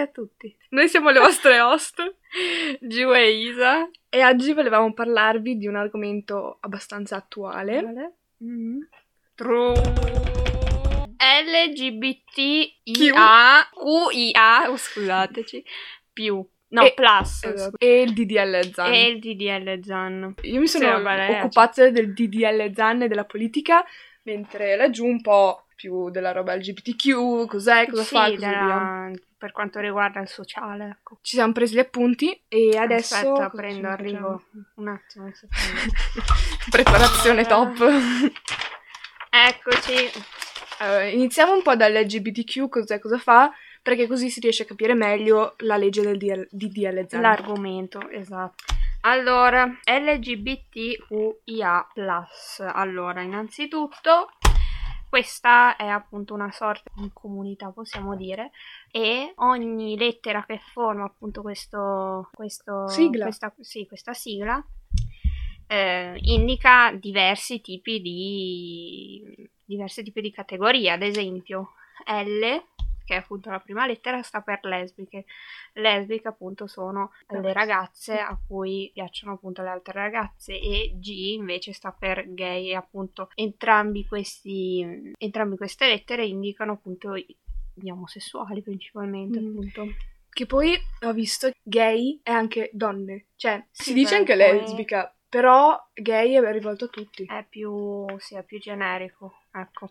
a tutti. Noi siamo le vostre host, Giu e Isa, e oggi volevamo parlarvi di un argomento abbastanza attuale. True. LGBTIA QIA, scusateci, più. No, plus. E il DDL Zan. E il DDL Zan. Io mi sono occupata del DDL Zan e della politica, mentre laggiù un po' più della roba LGBTQ, cosa fa e così via. Per quanto riguarda il sociale, ecco. Ci siamo presi gli appunti e adesso... Aspetta, arrivo un attimo. Preparazione top. Eccoci. Iniziamo un po' dall'LGBTQ, cosa fa, perché così si riesce a capire meglio la legge del DDL Zan. L'argomento, esatto. Allora, LGBTQIA+. Allora, innanzitutto, questa è appunto una sorta di comunità, possiamo dire, e ogni lettera che forma appunto questa sigla indica diversi tipi di categorie. Ad esempio, L, che è appunto la prima lettera, sta per lesbiche. Lesbiche appunto sono le ragazze a cui piacciono appunto le altre ragazze, e G invece sta per gay, e appunto entrambe queste lettere indicano appunto gli omosessuali principalmente, appunto. Che poi ho visto gay è anche donne, cioè si dice anche lesbica, però gay è rivolto a tutti. È più generico, ecco.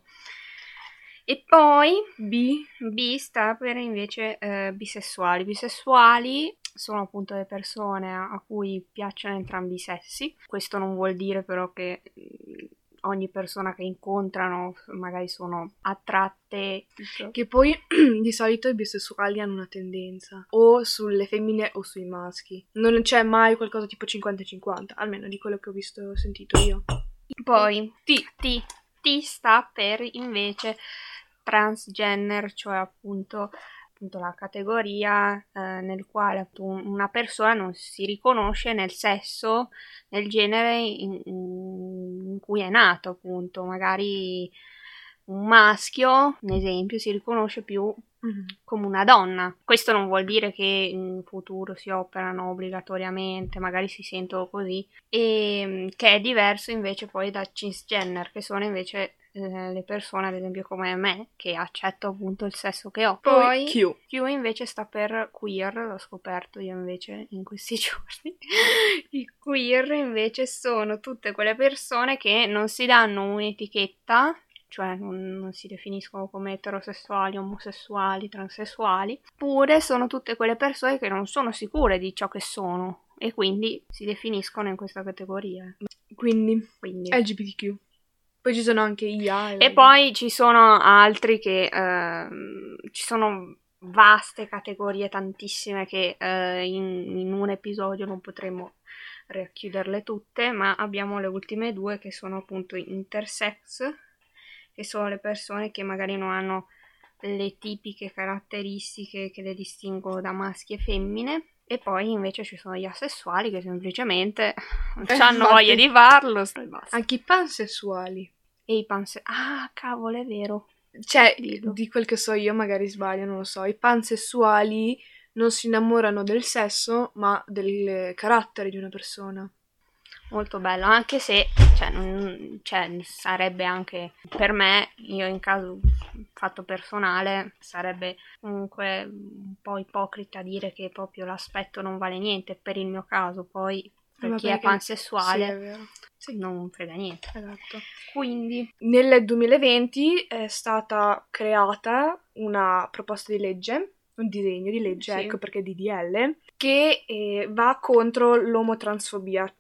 E poi B sta per invece bisessuali. Bisessuali sono appunto le persone a cui piacciono entrambi i sessi. Questo non vuol dire però che ogni persona che incontrano magari sono attratte. Che poi di solito i bisessuali hanno una tendenza o sulle femmine o sui maschi. Non c'è mai qualcosa tipo 50-50, almeno di quello che ho visto e ho sentito io. Poi T sta per invece transgender, cioè appunto la categoria nel quale una persona non si riconosce nel sesso, nel genere in cui è nato, appunto. Magari un maschio, un esempio, si riconosce più come una donna. Questo non vuol dire che in futuro si operano obbligatoriamente, magari si sentono così, e che è diverso invece poi da cisgender, che sono invece le persone, ad esempio come me, che accetto appunto il sesso che ho. Poi Q invece sta per queer, l'ho scoperto io invece in questi giorni. I queer invece sono tutte quelle persone che non si danno un'etichetta, cioè non si definiscono come eterosessuali, omosessuali, transessuali, pure sono tutte quelle persone che non sono sicure di ciò che sono e quindi si definiscono in questa categoria. Quindi. LGBTQ. Poi ci sono anche IA. E poi ci sono altri che ci sono vaste categorie, tantissime, che in un episodio non potremo racchiuderle tutte, ma abbiamo le ultime due che sono appunto intersex, che sono le persone che magari non hanno le tipiche caratteristiche che le distinguono da maschi e femmine. E poi invece ci sono gli asessuali che semplicemente non hanno voglia di farlo. Anche i pansessuali. E i cavolo, è vero. Cioè, di quel che so io, magari sbaglio, non lo so. I pansessuali non si innamorano del sesso, ma del carattere di una persona. Molto bello, anche se sarebbe anche per me, io in caso fatto personale, sarebbe comunque un po' ipocrita dire che proprio l'aspetto non vale niente per il mio caso. Poi per chi è pansessuale sì, è vero. Sì, non frega niente. Esatto. Quindi nel 2020 è stata creata una proposta di legge, un disegno di legge, ecco perché DDL, che va contro l'omotransfobia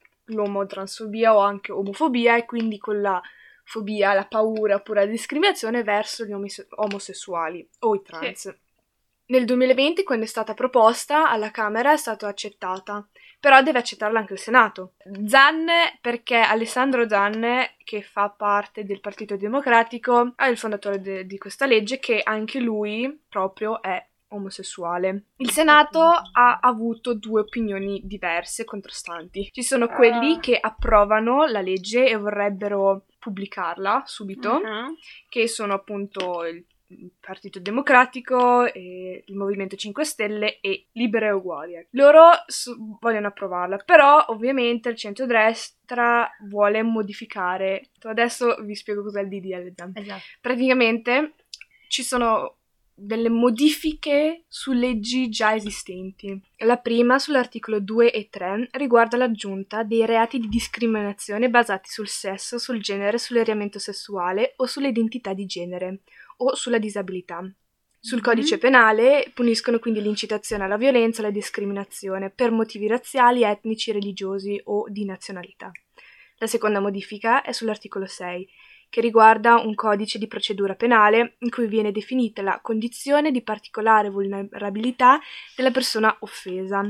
o anche omofobia, e quindi con la fobia, la paura oppure la discriminazione verso gli omosessuali o i trans. Sì. Nel 2020, quando è stata proposta alla Camera, è stata accettata, però deve accettarla anche il Senato. Zan, perché Alessandro Zan, che fa parte del Partito Democratico, è il fondatore di questa legge, che anche lui proprio è omosessuale. Il Senato ha avuto due opinioni diverse, contrastanti. Ci sono quelli che approvano la legge e vorrebbero pubblicarla subito, che sono appunto il Partito Democratico, il Movimento 5 Stelle e Liberi e Uguali. Loro vogliono approvarla, però ovviamente il centrodestra vuole modificare. Adesso vi spiego cos'è il DDL Zan. Esatto. Praticamente ci sono delle modifiche su leggi già esistenti. La prima, sull'articolo 2 e 3, riguarda l'aggiunta dei reati di discriminazione basati sul sesso, sul genere, sull'orientamento sessuale o sull'identità di genere o sulla disabilità. Sul codice penale puniscono quindi l'incitazione alla violenza e alla discriminazione per motivi razziali, etnici, religiosi o di nazionalità. La seconda modifica è sull'articolo 6, che riguarda un codice di procedura penale in cui viene definita la condizione di particolare vulnerabilità della persona offesa.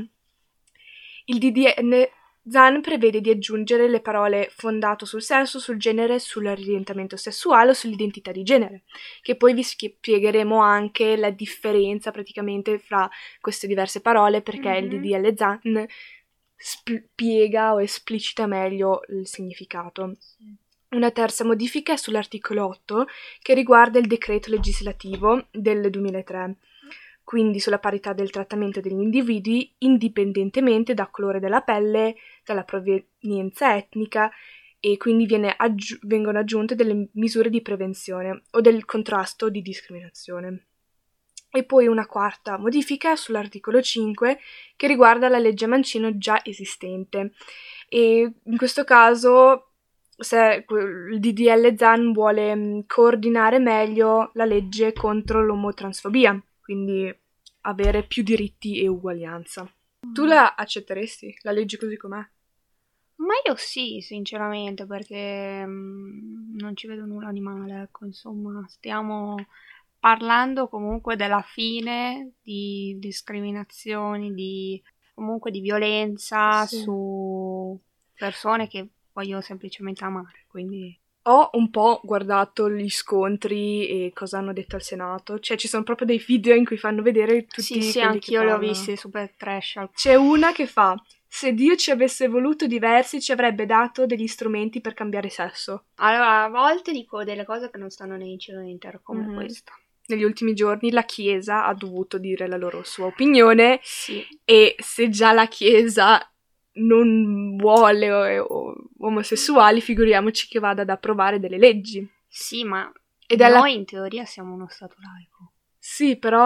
Il DDL Zan prevede di aggiungere le parole fondato sul sesso, sul genere, sull'orientamento sessuale o sull'identità di genere, che poi vi spiegheremo anche la differenza praticamente fra queste diverse parole, perché il DDL Zan spiega o esplicita meglio il significato. Una terza modifica è sull'articolo 8, che riguarda il decreto legislativo del 2003, quindi sulla parità del trattamento degli individui indipendentemente dal colore della pelle, dalla provenienza etnica, e quindi vengono aggiunte delle misure di prevenzione o del contrasto di discriminazione. E poi una quarta modifica sull'articolo 5, che riguarda la legge Mancino già esistente, e in questo caso se il DDL Zan vuole coordinare meglio la legge contro l'omotransfobia, quindi avere più diritti e uguaglianza. Tu la accetteresti, la legge così com'è? Ma io sì, sinceramente, perché non ci vedo nulla di male, ecco, insomma, stiamo parlando comunque della fine di discriminazioni, comunque di violenza su persone che voglio semplicemente amare, quindi... Ho un po' guardato gli scontri e cosa hanno detto al Senato, cioè ci sono proprio dei video in cui fanno vedere tutti Sì, quelli anch'io che li ho parlano. visti, super trash. C'è una che fa: se Dio ci avesse voluto diversi ci avrebbe dato degli strumenti per cambiare sesso. Allora, a volte dico delle cose che non stanno né in cielo né in terra, come questa. Negli ultimi giorni la Chiesa ha dovuto dire la sua opinione, sì. E se già la Chiesa non vuole omosessuali, figuriamoci che vada ad approvare delle leggi. Sì, ma noi in teoria siamo uno stato laico. Sì, però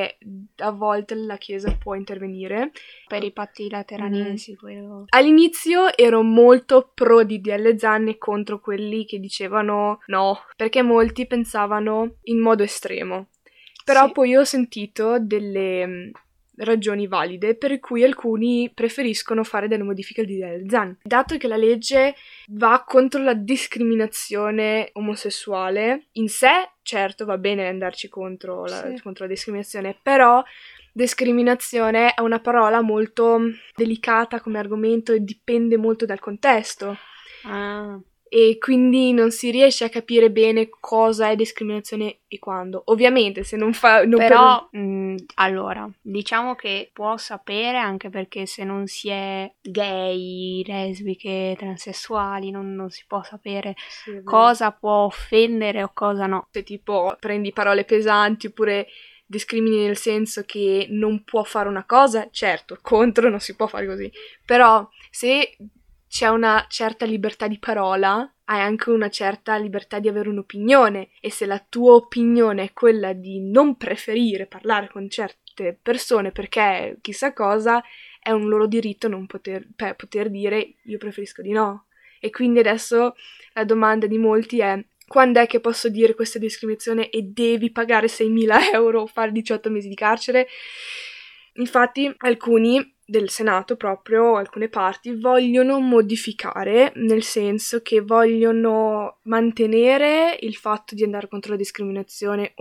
a volte la Chiesa può intervenire. Per i patti lateranensi. All'inizio ero molto pro DDL Zan e contro quelli che dicevano no, perché molti pensavano in modo estremo. Però poi ho sentito delle ragioni valide per cui alcuni preferiscono fare delle modifiche al DDL Zan. Dato che la legge va contro la discriminazione omosessuale, in sé, certo, va bene andarci contro la discriminazione, però discriminazione è una parola molto delicata come argomento e dipende molto dal contesto. E quindi non si riesce a capire bene cosa è discriminazione e quando. Ovviamente se non fa... Però, allora, diciamo che può sapere anche perché se non si è gay, lesbiche, transessuali, non si può sapere cosa può offendere o cosa no. Se tipo prendi parole pesanti oppure discrimini nel senso che non può fare una cosa, certo, contro non si può fare così. Però se c'è una certa libertà di parola, hai anche una certa libertà di avere un'opinione, e se la tua opinione è quella di non preferire parlare con certe persone perché chissà cosa, è un loro diritto non poter dire io preferisco di no. E quindi adesso la domanda di molti è: quando è che posso dire questa discriminazione e devi pagare 6.000 euro o fare 18 mesi di carcere? Infatti alcuni del Senato, proprio alcune parti, vogliono modificare, nel senso che vogliono mantenere il fatto di andare contro la discriminazione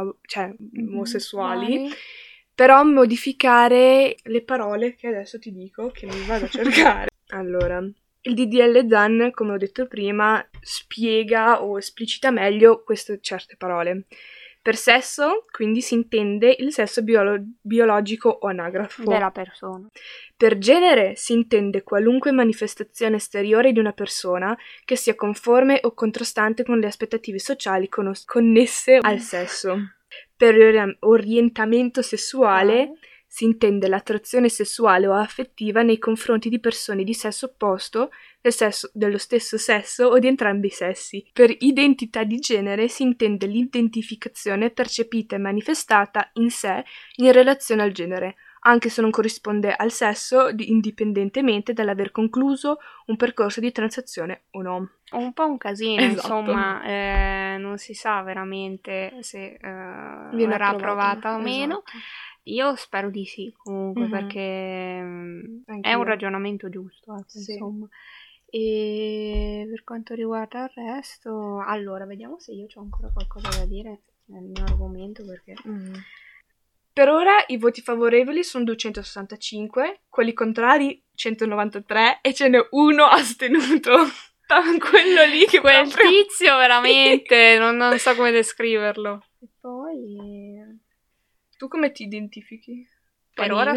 omosessuali, però modificare le parole che adesso ti dico, che mi vado a cercare. Allora, il DDL Zan, come ho detto prima, spiega o esplicita meglio queste certe parole. Per sesso, quindi, si intende il sesso biologico o anagrafo della persona. Per genere si intende qualunque manifestazione esteriore di una persona che sia conforme o contrastante con le aspettative sociali connesse al sesso. Per orientamento sessuale si intende l'attrazione sessuale o affettiva nei confronti di persone di sesso opposto, dello stesso sesso o di entrambi i sessi. Per identità di genere si intende l'identificazione percepita e manifestata in sé in relazione al genere, anche se non corrisponde al sesso, indipendentemente dall'aver concluso un percorso di transizione o no. Un po' un casino, Esatto. insomma, non si sa veramente se verrà approvata o meno. Esatto. Io spero di sì, comunque, perché è un ragionamento giusto, insomma. E per quanto riguarda il resto, allora, vediamo se io ho ancora qualcosa da dire nel mio argomento, perché... Per ora i voti favorevoli sono 265, quelli contrari 193 e ce n'è uno astenuto. Quello lì che quel tizio veramente non so come descriverlo. E poi tu come ti identifichi? Per ora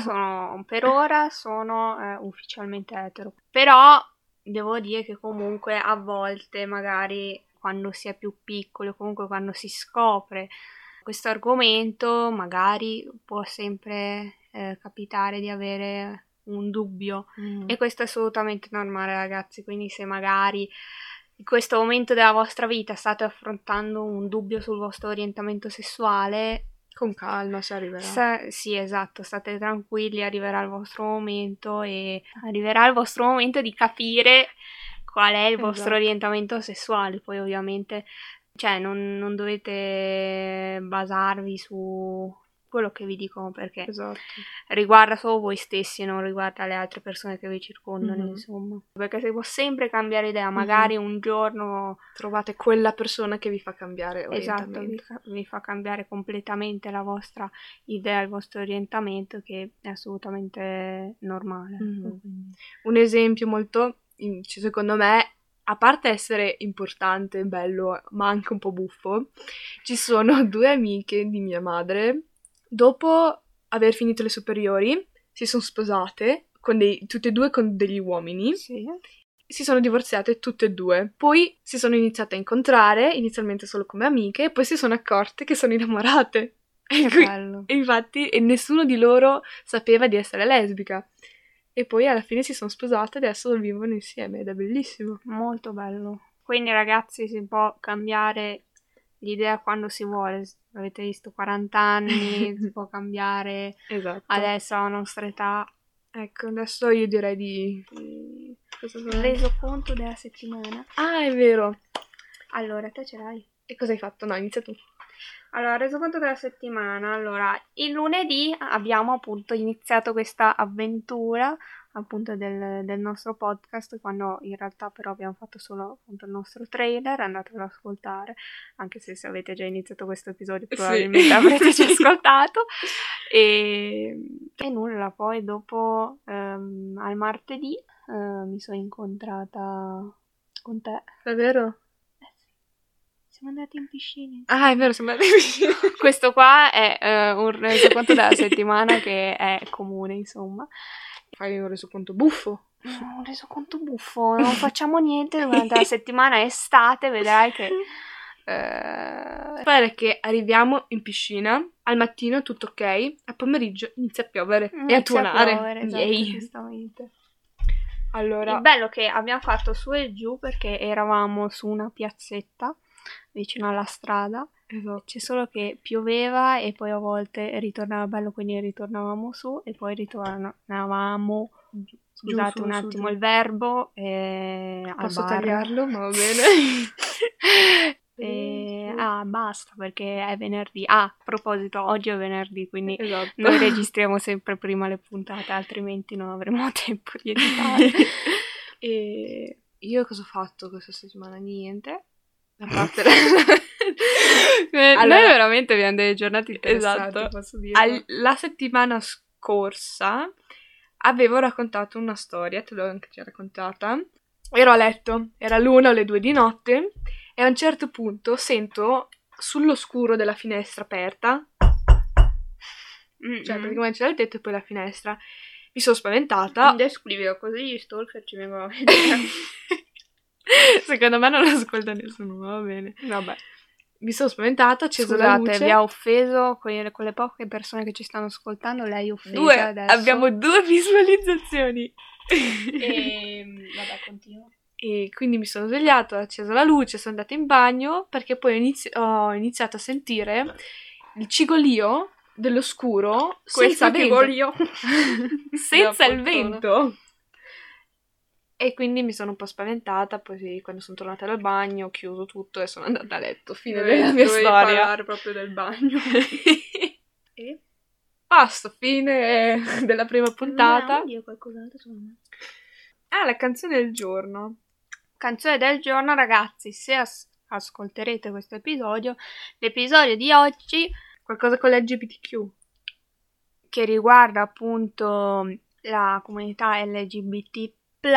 sono ufficialmente etero, però devo dire che comunque a volte magari quando si è più piccoli o comunque quando si scopre questo argomento magari può sempre capitare di avere un dubbio e questo è assolutamente normale, ragazzi. Quindi se magari in questo momento della vostra vita state affrontando un dubbio sul vostro orientamento sessuale, con calma, si arriverà. Sì, esatto, state tranquilli, arriverà il vostro momento e arriverà il vostro momento di capire qual è il vostro orientamento sessuale. Poi ovviamente non dovete basarvi su quello che vi dicono, perché riguarda solo voi stessi e non riguarda le altre persone che vi circondano, insomma. Perché si può sempre cambiare idea, magari un giorno trovate quella persona che vi fa cambiare orientamento. Esatto, vi fa cambiare completamente la vostra idea, il vostro orientamento, che è assolutamente normale. Un esempio molto, secondo me, a parte essere importante, bello, ma anche un po' buffo, ci sono due amiche di mia madre. Dopo aver finito le superiori, si sono sposate, tutte e due con degli uomini. Sì. Si sono divorziate tutte e due. Poi si sono iniziate a incontrare, inizialmente solo come amiche, e poi si sono accorte che sono innamorate. Che bello. E infatti nessuno di loro sapeva di essere lesbica. E poi alla fine si sono sposate e adesso vivono insieme ed è bellissimo. Molto bello. Quindi ragazzi, si può cambiare l'idea quando si vuole. Avete visto 40 anni, si può cambiare adesso alla nostra età. Ecco, adesso io direi di... Reso conto della settimana. Ah, è vero. Allora, te ce l'hai? E cosa hai fatto? No, inizia tu. Allora, reso conto della settimana. Allora, il lunedì abbiamo appunto iniziato questa avventura appunto del nostro podcast, quando in realtà però abbiamo fatto solo appunto il nostro trailer. Andatelo ad ascoltare, anche se avete già iniziato questo episodio probabilmente avrete già ascoltato. E nulla, poi dopo al martedì mi sono incontrata con te. Davvero? Siamo andati in piscina. Ah, è vero, siamo andati in piscina. Questo qua è un resoconto della settimana che è comune, insomma. Fai un resoconto buffo? Un resoconto buffo, non facciamo niente durante la settimana, è estate, vedrai che... Pare che arriviamo in piscina, al mattino tutto ok, al pomeriggio inizia a piovere e a tuonare. Giustamente. Allora, il bello è che abbiamo fatto su e giù perché eravamo su una piazzetta vicino alla strada. C'è solo che pioveva e poi a volte ritornava bello, quindi ritornavamo su e poi ritornavamo giù. Scusate giù, un attimo giù. Il verbo posso tagliarlo, ma va bene. Basta perché è venerdì. A proposito, oggi è venerdì, quindi noi registriamo sempre prima le puntate, altrimenti non avremo tempo di editare. E io cosa ho fatto questa settimana? Niente. A parte allora, noi veramente abbiamo delle giornate interessanti, posso dire. La settimana scorsa avevo raccontato una storia, te l'ho anche già raccontata. Ero a letto, era l'1 o le 2 di notte e a un certo punto sento sullo scuro della finestra aperta, cioè praticamente c'era il tetto e poi la finestra. Mi sono spaventata. Descrivilo così gli stalker ci vengono a vedere. Secondo me non lo ascolta nessuno, va bene. Vabbè. mi sono spaventata, ho acceso la Scusate, luce. vi ha offeso quelle poche persone che ci stanno ascoltando, lei è offesa 2, adesso. abbiamo 2 visualizzazioni. Vabbè, continua. E quindi mi sono svegliato, ho acceso la luce, sono andata in bagno perché poi ho iniziato a sentire il cigolio dell'oscuro senza vento. Senza il vento. E quindi mi sono un po' spaventata, poi quando sono tornata dal bagno ho chiuso tutto e sono andata a letto. Fine della mia storia. Parlare proprio del bagno. E basta, fine della prima puntata. Non dire qualcos'altro secondo me. La canzone del giorno. Canzone del giorno, ragazzi, se ascolterete questo episodio, l'episodio di oggi, qualcosa con l'LGBTQ, che riguarda appunto la comunità LGBT+,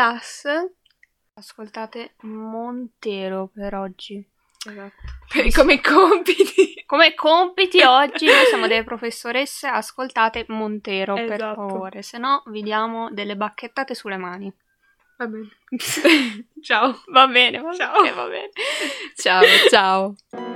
ascoltate Montero per oggi. Esatto. Come compiti. Come compiti oggi noi siamo delle professoresse, ascoltate Montero, esatto. Per favore, se no vi diamo delle bacchettate sulle mani. Va bene. Ciao. Va bene, ciao. Va bene. Ciao.